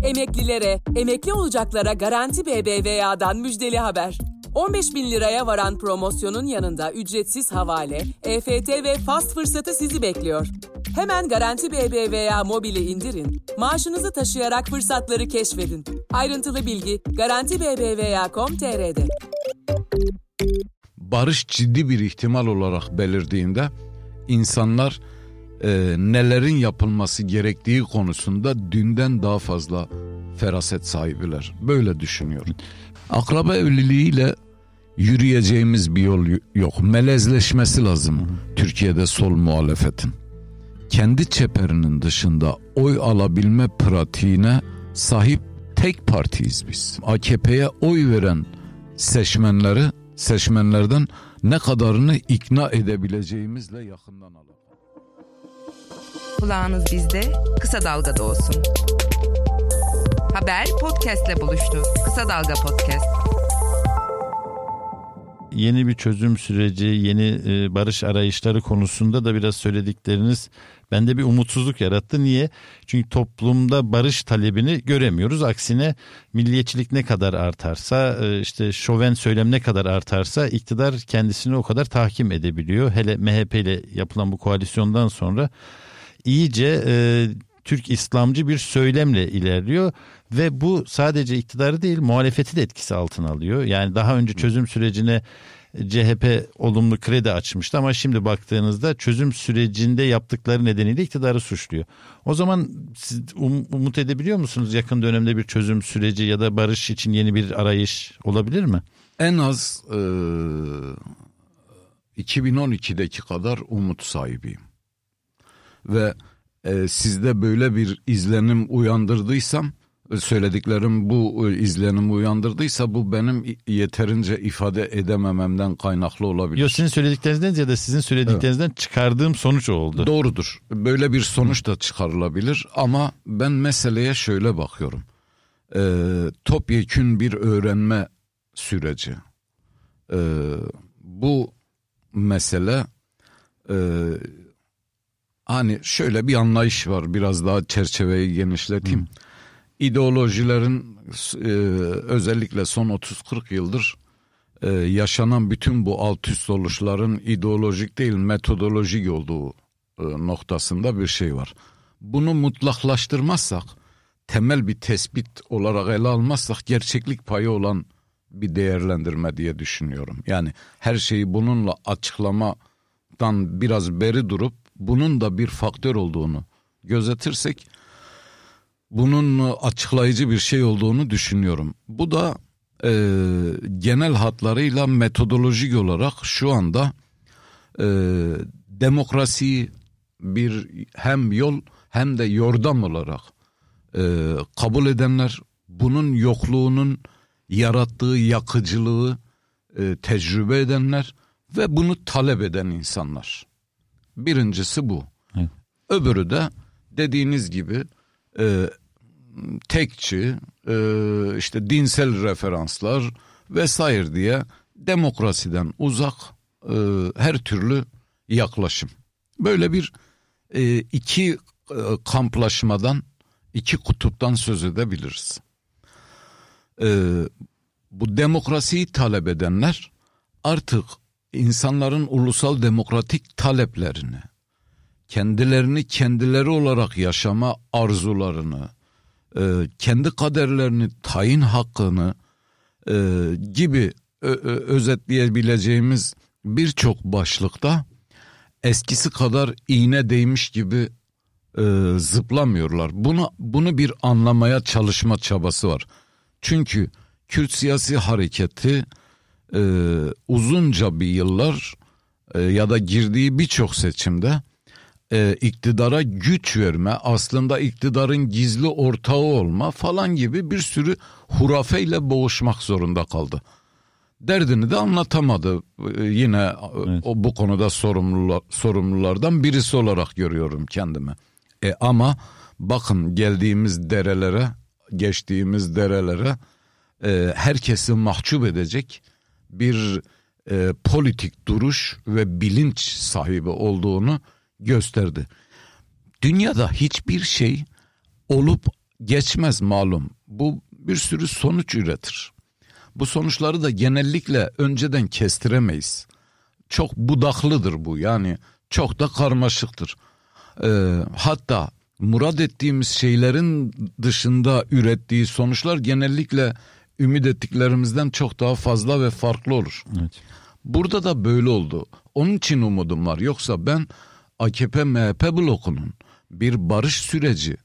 Emeklilere, emekli olacaklara Garanti BBVA'dan müjdeli haber. 15.000 liraya varan promosyonun yanında ücretsiz havale, EFT ve fast fırsatı sizi bekliyor. Hemen Garanti BBVA mobili indirin, maaşınızı taşıyarak fırsatları keşfedin. Ayrıntılı bilgi garantibbva.com.tr'de. Barış ciddi bir ihtimal olarak belirdiğinde insanlar nelerin yapılması gerektiği konusunda dünden daha fazla feraset sahibiler. Böyle düşünüyorum. Akraba evliliğiyle yürüyeceğimiz bir yol yok. Melezleşmesi lazım Türkiye'de sol muhalefetin. Kendi çeperinin dışında oy alabilme pratiğine sahip tek partiyiz biz. AKP'ye oy veren seçmenlerden ne kadarını ikna edebileceğimizle yakından alalım. Kulağınız bizde, Kısa Dalga'da olsun. Haber podcast'le buluştu. Kısa Dalga Podcast. Yeni bir çözüm süreci, yeni barış arayışları konusunda da biraz söyledikleriniz bende bir umutsuzluk yarattı. Niye? Çünkü toplumda barış talebini göremiyoruz. Aksine milliyetçilik ne kadar artarsa, işte şoven söylem ne kadar artarsa iktidar kendisini o kadar tahkim edebiliyor. Hele MHP ile yapılan bu koalisyondan sonra iyice Türk İslamcı bir söylemle ilerliyor ve bu sadece iktidarı değil muhalefeti de etkisi altına alıyor. Yani daha önce çözüm sürecine CHP olumlu kredi açmıştı ama şimdi baktığınızda çözüm sürecinde yaptıkları nedeniyle iktidarı suçluyor. O zaman siz umut edebiliyor musunuz yakın dönemde bir çözüm süreci ya da barış için yeni bir arayış olabilir mi? En az 2012'deki kadar umut sahibiyim. Ve sizde böyle bir izlenim uyandırdıysam, söylediklerim bu izlenimi uyandırdıysa bu benim yeterince ifade edemememden kaynaklı olabilir. Yok, sizin söylediklerinizden ya da sizin söylediklerinizden çıkardığım sonuç oldu. Doğrudur. Böyle bir sonuç da çıkarılabilir ama ben meseleye şöyle bakıyorum. Topyekün bir öğrenme süreci. Bu mesele hani şöyle bir anlayış var, biraz daha çerçeveyi genişleteyim. İdeolojilerin özellikle son 30-40 yıldır yaşanan bütün bu alt üst oluşların ideolojik değil metodolojik olduğu noktasında bir şey var. Bunu mutlaklaştırmazsak, temel bir tespit olarak ele almazsak gerçeklik payı olan bir değerlendirme diye düşünüyorum. Yani her şeyi bununla açıklamadan biraz beri durup bunun da bir faktör olduğunu gözetirsek bunun açıklayıcı bir şey olduğunu düşünüyorum. Bu da genel hatlarıyla metodolojik olarak şu anda demokrasiyi bir hem yol hem de yordam olarak kabul edenler, bunun yokluğunun yarattığı yakıcılığı tecrübe edenler ve bunu talep eden insanlar. Birincisi bu. Evet. Öbürü de dediğiniz gibi tekçi, işte dinsel referanslar vesaire diye demokrasiden uzak her türlü yaklaşım. Böyle bir iki kamplaşmadan, iki kutuptan söz edebiliriz. Bu demokrasiyi talep edenler artık insanların ulusal demokratik taleplerini, kendilerini kendileri olarak yaşama arzularını, kendi kaderlerini tayin hakkını gibi özetleyebileceğimiz birçok başlıkta eskisi kadar iğne değmiş gibi zıplamıyorlar. Bunu bir anlamaya çalışma çabası var. Çünkü Kürt siyasi hareketi uzunca bir yıllar ya da girdiği birçok seçimde iktidara güç verme, aslında iktidarın gizli ortağı olma falan gibi bir sürü hurafeyle boğuşmak zorunda kaldı. Derdini de anlatamadı. Yine evet. Bu konuda sorumlulardan birisi olarak görüyorum kendimi. Ama bakın geldiğimiz derelere, geçtiğimiz derelere herkesi mahcup edecek bir politik duruş ve bilinç sahibi olduğunu gösterdi. Dünyada hiçbir şey olup geçmez malum. Bu bir sürü sonuç üretir. Bu sonuçları da genellikle önceden kestiremeyiz. Çok budaklıdır bu, yani çok da karmaşıktır. Hatta murad ettiğimiz şeylerin dışında ürettiği sonuçlar genellikle ümit ettiklerimizden çok daha fazla ve farklı olur. Evet. Burada da böyle oldu. Onun için umudum var. Yoksa ben AKP-MHP blokunun bir barış süreci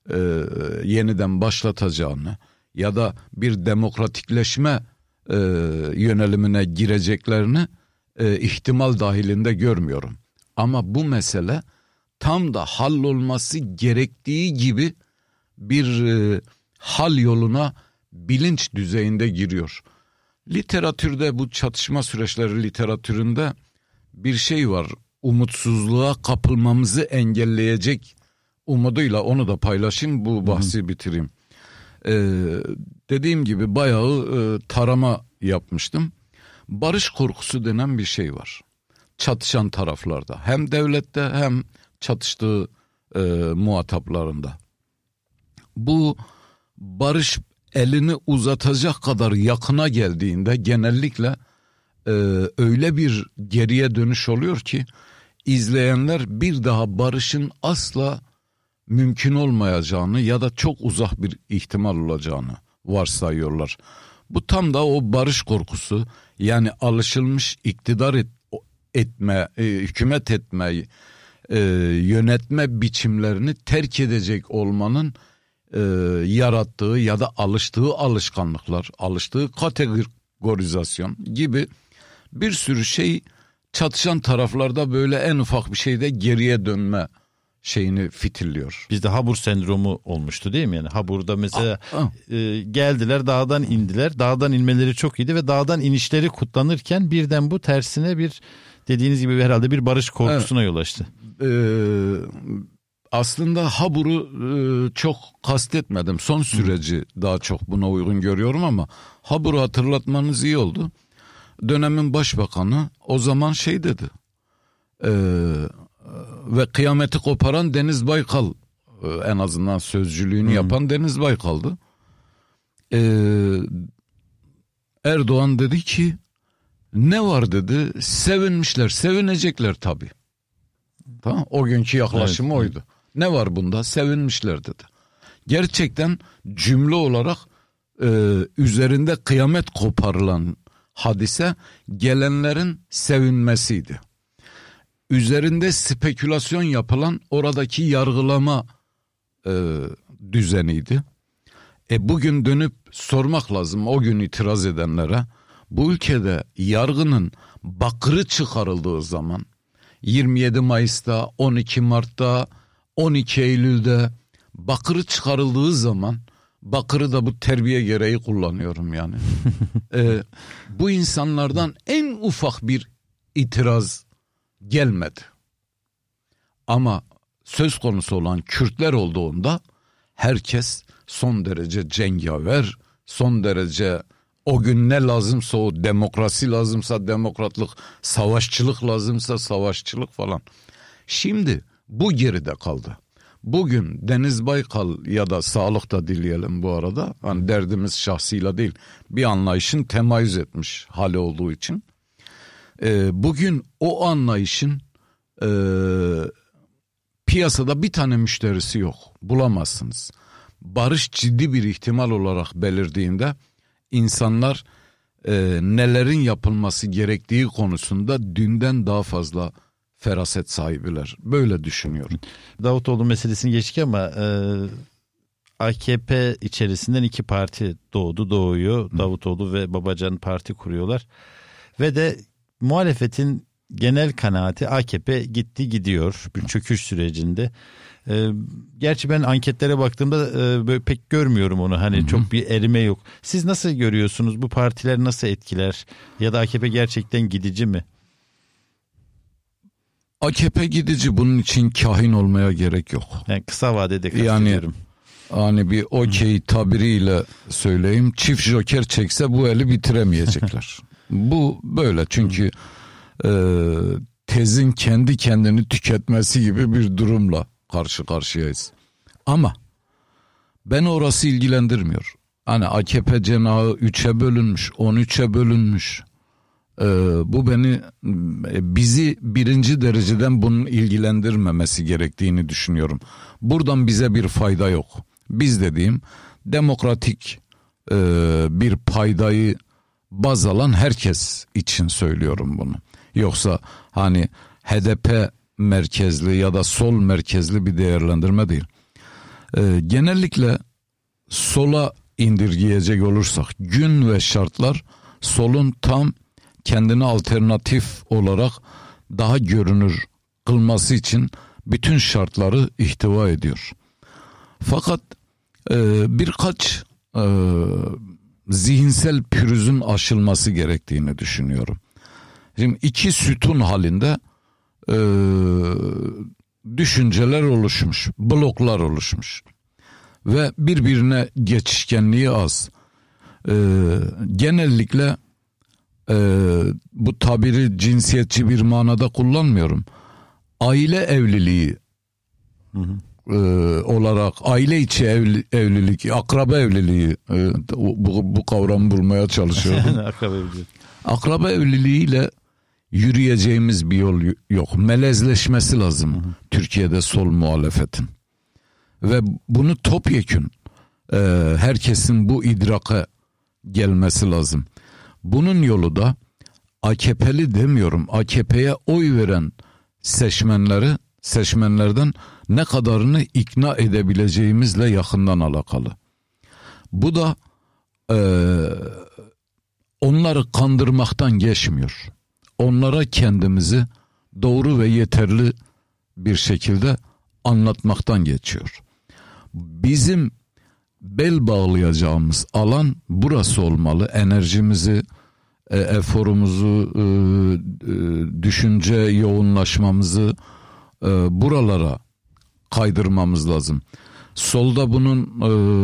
yeniden başlatacağını ya da bir demokratikleşme yönelimine gireceklerini ihtimal dahilinde görmüyorum. Ama bu mesele tam da hallolması gerektiği gibi bir hal yoluna bilinç düzeyinde giriyor. Literatürde, bu çatışma süreçleri literatüründe bir şey var. Umutsuzluğa kapılmamızı engelleyecek umuduyla onu da paylaşayım, bu bahsi bitireyim. Dediğim gibi bayağı tarama yapmıştım. Barış korkusu denen bir şey var. Çatışan taraflarda, hem devlette hem çatıştığı muhataplarında. Bu barış elini uzatacak kadar yakına geldiğinde genellikle öyle bir geriye dönüş oluyor ki izleyenler bir daha barışın asla mümkün olmayacağını ya da çok uzak bir ihtimal olacağını varsayıyorlar. Bu tam da o barış korkusu, yani alışılmış iktidar etme, hükümet etmeyi, yönetme biçimlerini terk edecek olmanın yarattığı ya da alıştığı alışkanlıklar, alıştığı kategorizasyon gibi bir sürü şey çatışan taraflarda böyle en ufak bir şeyde geriye dönme şeyini fitilliyor. Bizde Habur sendromu olmuştu değil mi? Yani Habur'da mesela geldiler, dağdan indiler. Dağdan inmeleri çok iyiydi ve dağdan inişleri kutlanırken birden bu tersine bir, dediğiniz gibi herhalde bir barış korkusuna yol açtı. Aslında Habur'u çok kastetmedim. Son süreci daha çok buna uygun görüyorum ama Habur'u hatırlatmanız iyi oldu. Dönemin başbakanı o zaman şey dedi. Ve kıyameti koparan Deniz Baykal, en azından sözcülüğünü yapan Deniz Baykal'dı. Erdoğan dedi ki ne var dedi, sevinmişler, sevinecekler tabii. Tamam, o günkü yaklaşımı oydu. Ne var bunda, sevinmişler dedi. Gerçekten cümle olarak üzerinde kıyamet koparılan hadise gelenlerin sevinmesiydi. Üzerinde spekülasyon yapılan oradaki yargılama düzeniydi. Bugün dönüp sormak lazım o gün itiraz edenlere. Bu ülkede yargının bakırı çıkarıldığı zaman 27 Mayıs'ta, 12 Mart'ta, 12 Eylül'de bakırı çıkarıldığı zaman, bakırı da bu terbiye gereği kullanıyorum yani. Bu insanlardan en ufak bir itiraz gelmedi. Ama söz konusu olan Kürtler olduğunda herkes son derece cengaver, son derece o gün ne lazımsa o, demokrasi lazımsa demokratlık, savaşçılık lazımsa savaşçılık falan. Şimdi bu geride kaldı. Bugün Deniz Baykal ya da sağlık da dileyelim bu arada, hani derdimiz şahsıyla değil, bir anlayışın temayüz etmiş hali olduğu için. Bugün o anlayışın piyasada bir tane müşterisi yok, bulamazsınız. Barış ciddi bir ihtimal olarak belirdiğinde insanlar nelerin yapılması gerektiği konusunda dünden daha fazla feraset sahibiler. Böyle düşünüyorum. Davutoğlu meselesini geçtik ama AKP içerisinden iki parti doğuyor. Davutoğlu ve Babacan parti kuruyorlar. Ve de muhalefetin genel kanaati AKP gitti gidiyor bir çöküş sürecinde. Gerçi ben anketlere baktığımda böyle pek görmüyorum onu, hani çok bir erime yok. Siz nasıl görüyorsunuz, bu partiler nasıl etkiler ya da AKP gerçekten gidici mi? AKP gidici, bunun için kahin olmaya gerek yok. Yani kısa vadede kastediyorum. Yani bir okey tabiriyle söyleyeyim, çift joker çekse bu eli bitiremeyecekler. Bu böyle çünkü tezin kendi kendini tüketmesi gibi bir durumla karşı karşıyayız. Ama Beni orası ilgilendirmiyor. Hani AKP cenahı 3'e bölünmüş, 13'e bölünmüş. Bu bizi birinci dereceden bunun ilgilendirmemesi gerektiğini düşünüyorum. Buradan bize bir fayda yok. Biz dediğim demokratik bir paydayı baz alan herkes için söylüyorum bunu. Yoksa hani HDP merkezli ya da sol merkezli bir değerlendirme değil. Genellikle sola indirgeyecek olursak gün ve şartlar solun tam kendini alternatif olarak daha görünür kılması için bütün şartları ihtiva ediyor. Fakat birkaç zihinsel pürüzün aşılması gerektiğini düşünüyorum. Şimdi iki sütun halinde düşünceler oluşmuş, bloklar oluşmuş ve birbirine geçişkenliği az. Genellikle bu tabiri cinsiyetçi bir manada kullanmıyorum. Aile evliliği olarak aile içi evlilik, akraba evliliği bu kavramı bulmaya çalışıyorum. Akraba evliliğiyle yürüyeceğimiz bir yol yok. Melezleşmesi lazım Türkiye'de sol muhalefetin. Ve bunu topyekün herkesin bu idraka gelmesi lazım. Bunun yolu da AKP'li demiyorum, AKP'ye oy veren seçmenlerden ne kadarını ikna edebileceğimizle yakından alakalı. Bu da onları kandırmaktan geçmiyor. Onlara kendimizi doğru ve yeterli bir şekilde anlatmaktan geçiyor. Bizim bel bağlayacağımız alan burası olmalı. Enerjimizi, eforumuzu, düşünce yoğunlaşmamızı buralara kaydırmamız lazım. Solda bunun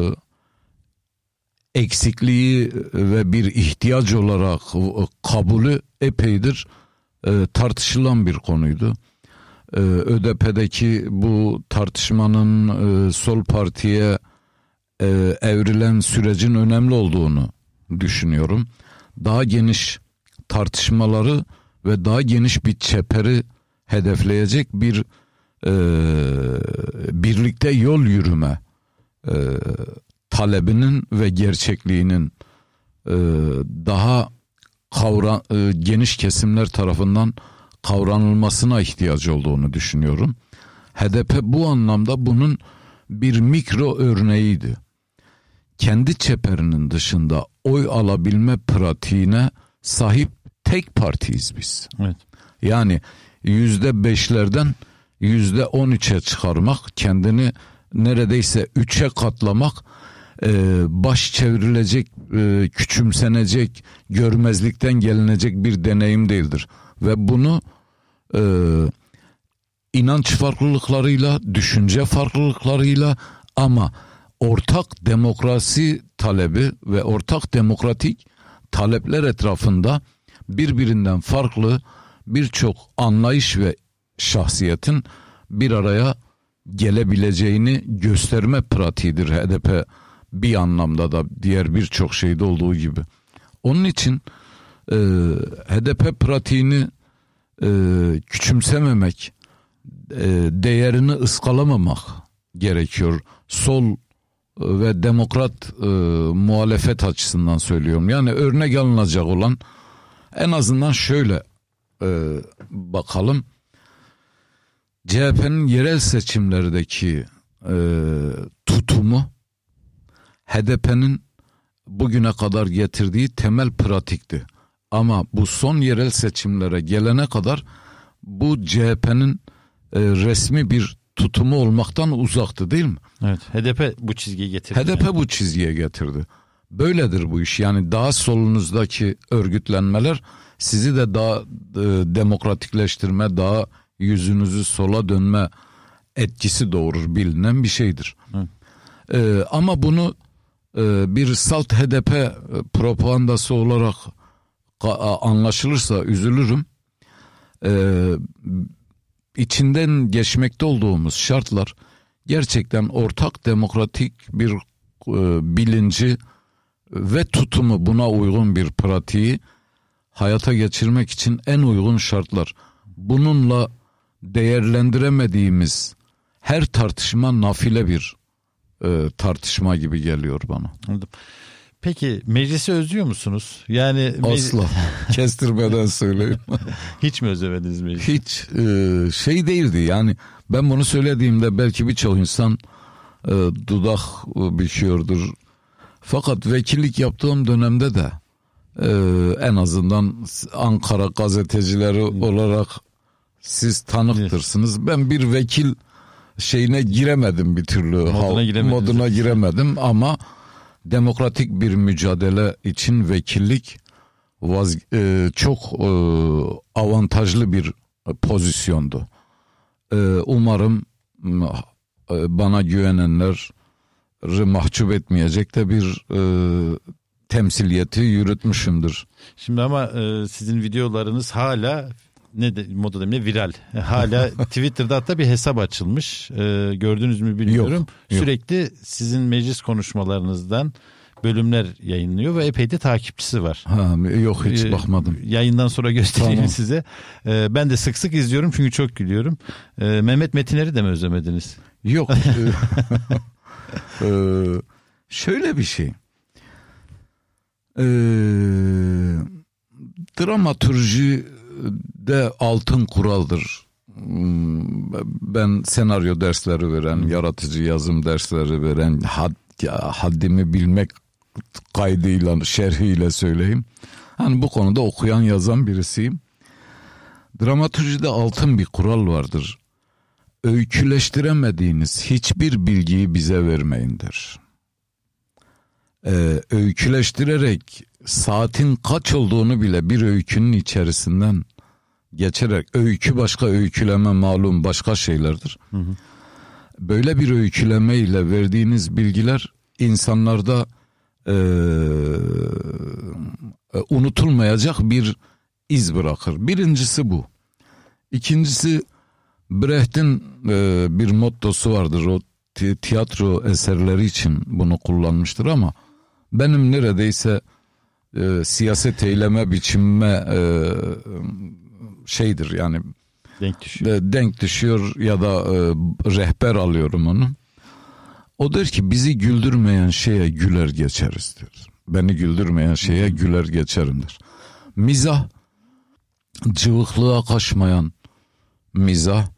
eksikliği ve bir ihtiyaç olarak kabulü epeydir tartışılan bir konuydu. ÖDP'deki bu tartışmanın sol partiye evrilen sürecin önemli olduğunu düşünüyorum. Daha geniş tartışmaları ve daha geniş bir çeperi hedefleyecek bir birlikte yol yürüme talebinin ve gerçekliğinin daha geniş kesimler tarafından kavranılmasına ihtiyacı olduğunu düşünüyorum. HDP bu anlamda bunun bir mikro örneğiydi. Kendi çeperinin dışında oy alabilme pratiğine sahip tek partiyiz biz. Evet. Yani %5'lerden %13'e çıkarmak, kendini neredeyse 3'e katlamak baş çevrilecek, küçümsenecek, görmezlikten gelinecek bir deneyim değildir. Ve bunu inanç farklılıklarıyla, düşünce farklılıklarıyla ama ortak demokrasi talebi ve ortak demokratik talepler etrafında birbirinden farklı birçok anlayış ve şahsiyetin bir araya gelebileceğini gösterme pratiğidir HDP bir anlamda da diğer birçok şeyde olduğu gibi. Onun için HDP pratiğini küçümsememek, değerini ıskalamamak gerekiyor. Sol ve demokrat muhalefet açısından söylüyorum. Yani örnek alınacak olan en azından şöyle bakalım. CHP'nin yerel seçimlerdeki tutumu HDP'nin bugüne kadar getirdiği temel pratikti. Ama bu son yerel seçimlere gelene kadar bu CHP'nin resmi bir tutumu olmaktan uzaktı, değil mi? Evet, HDP bu çizgiyi getirdi. HDP bu çizgiye getirdi. Böyledir bu iş. Yani daha solunuzdaki örgütlenmeler sizi de daha demokratikleştirme, daha yüzünüzü sola dönme etkisi doğurur, bilinen bir şeydir. Ama bunu bir salt HDP propagandası olarak anlaşılırsa üzülürüm. İçinden geçmekte olduğumuz şartlar gerçekten ortak demokratik bir bilinci ve tutumu, buna uygun bir pratiği hayata geçirmek için en uygun şartlar. Bununla değerlendiremediğimiz her tartışma nafile bir tartışma gibi geliyor bana. Anladım. Peki meclisi özlüyor musunuz? Yani asla kestirmeden söyleyeyim. Hiç mi özlemediniz meclisi? Hiç şey değildi yani. Ben bunu söylediğimde belki birçok insan dudak büküyordur. Fakat vekillik yaptığım dönemde de en azından Ankara gazetecileri olarak siz tanıktırsınız. Ben bir vekil şeyine giremedim bir türlü. Moduna giremedim ama demokratik bir mücadele için vekillik çok avantajlı bir pozisyondu. Umarım bana güvenenleri mahcup etmeyecek de bir temsiliyeti yürütmüşümdür. Şimdi ama sizin videolarınız hala moda demeye viral. Hala Twitter'da hatta bir hesap açılmış. Gördünüz mü bilmiyorum. Yok. Sürekli sizin meclis konuşmalarınızdan bölümler yayınlıyor ve epey de takipçisi var. Yok hiç bakmadım. Yayından sonra göstereyim tamam. size. Ben de sık sık izliyorum çünkü çok gülüyorum. Mehmet Metiner'i de mi özlemediniz? Yok. Şöyle bir şey. Dramatürji de altın kuraldır. Ben senaryo dersleri veren, yaratıcı yazım dersleri veren, haddimi bilmek kaydıyla, şerhiyle söyleyeyim. Hani bu konuda okuyan, yazan birisiyim. Dramatürjide altın bir kural vardır. Öyküleştiremediğiniz hiçbir bilgiyi bize vermeyindir. Öyküleştirerek saatin kaç olduğunu bile bir öykünün içerisinden geçerek, öykü başka, öyküleme malum başka şeylerdir. Hı hı. Böyle bir öyküleme ile verdiğiniz bilgiler insanlarda unutulmayacak bir iz bırakır. Birincisi bu. İkincisi, Brecht'in bir mottosu vardır. O tiyatro eserleri için bunu kullanmıştır ama benim neredeyse siyaset eyleme biçimime şeydir yani denk düşüyor ya da rehber alıyorum onu. O der ki bizi güldürmeyen şeye güler geçeriz diyor. Beni güldürmeyen şeye güler geçerimdir. Mizah, cıvıklığa kaçmayan mizah,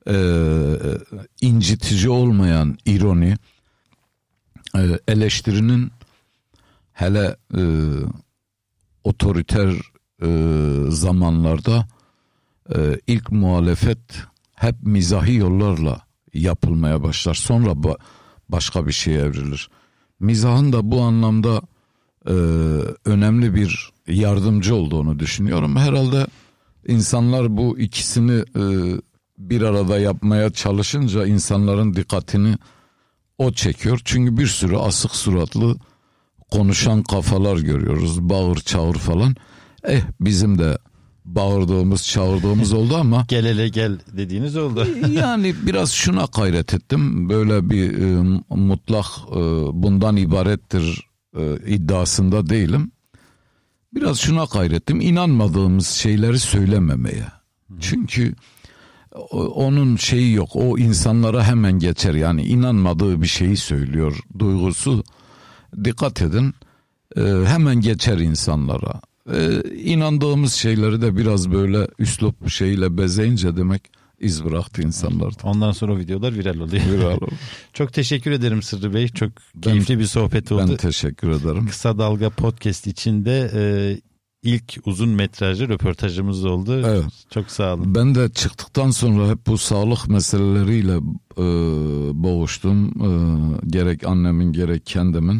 incitici olmayan ironi, eleştirinin hele otoriter zamanlarda ilk muhalefet hep mizahi yollarla yapılmaya başlar. Sonra başka bir şeye evrilir. Mizahın da bu anlamda önemli bir yardımcı olduğunu düşünüyorum. Herhalde insanlar bu ikisini bir arada yapmaya çalışınca insanların dikkatini o çekiyor. Çünkü bir sürü asık suratlı konuşan kafalar görüyoruz. Bağır çağır falan. Bizim de bağırdığımız çağırdığımız oldu ama. Gel hele gel dediğiniz oldu. Yani biraz şuna gayret ettim. Böyle bir mutlak bundan ibarettir iddiasında değilim. Biraz şuna gayret ettim. İnanmadığımız şeyleri söylememeye. Çünkü onun şeyi yok. O insanlara hemen geçer. Yani inanmadığı bir şeyi söylüyor duygusu. Dikkat edin. Hemen geçer insanlara. İnandığımız şeyleri de biraz böyle üslup şeyle bezeyince demek iz bıraktı insanlarda. Ondan sonra videolar viral oluyor. Viral olur. Çok teşekkür ederim Sırrı Bey. Çok keyifli bir sohbet oldu. Ben teşekkür ederim. Kısa Dalga Podcast içinde ilk uzun metrajlı röportajımız oldu. Evet. Çok sağ olun. Ben de çıktıktan sonra hep bu sağlık meseleleriyle boğuştum. Gerek annemin gerek kendimin.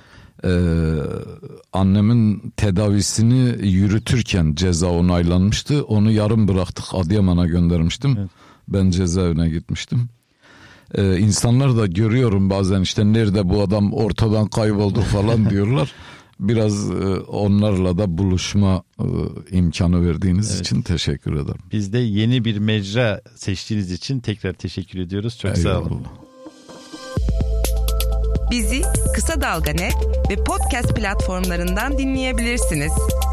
Annemin tedavisini yürütürken ceza onaylanmıştı. Onu yarım bıraktık, Adıyaman'a göndermiştim. Evet. Ben cezaevine gitmiştim. İnsanlar da görüyorum bazen işte nerede bu adam ortadan kayboldu falan diyorlar. Biraz onlarla da buluşma imkanı verdiğiniz için teşekkür ederim. Biz de yeni bir mecra seçtiğiniz için tekrar teşekkür ediyoruz. Çok sağ olun. Bizi Kısa Dalga Net ve podcast platformlarından dinleyebilirsiniz.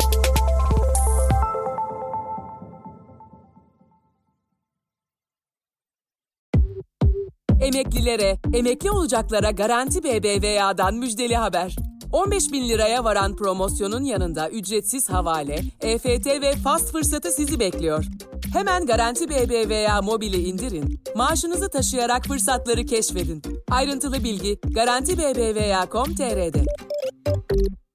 Emeklilere, emekli olacaklara Garanti BBVA'dan müjdeli haber. 15.000 liraya varan promosyonun yanında ücretsiz havale, EFT ve fast fırsatı sizi bekliyor. Hemen Garanti BBVA mobili indirin, maaşınızı taşıyarak fırsatları keşfedin. Ayrıntılı bilgi garantibbva.com.tr'de.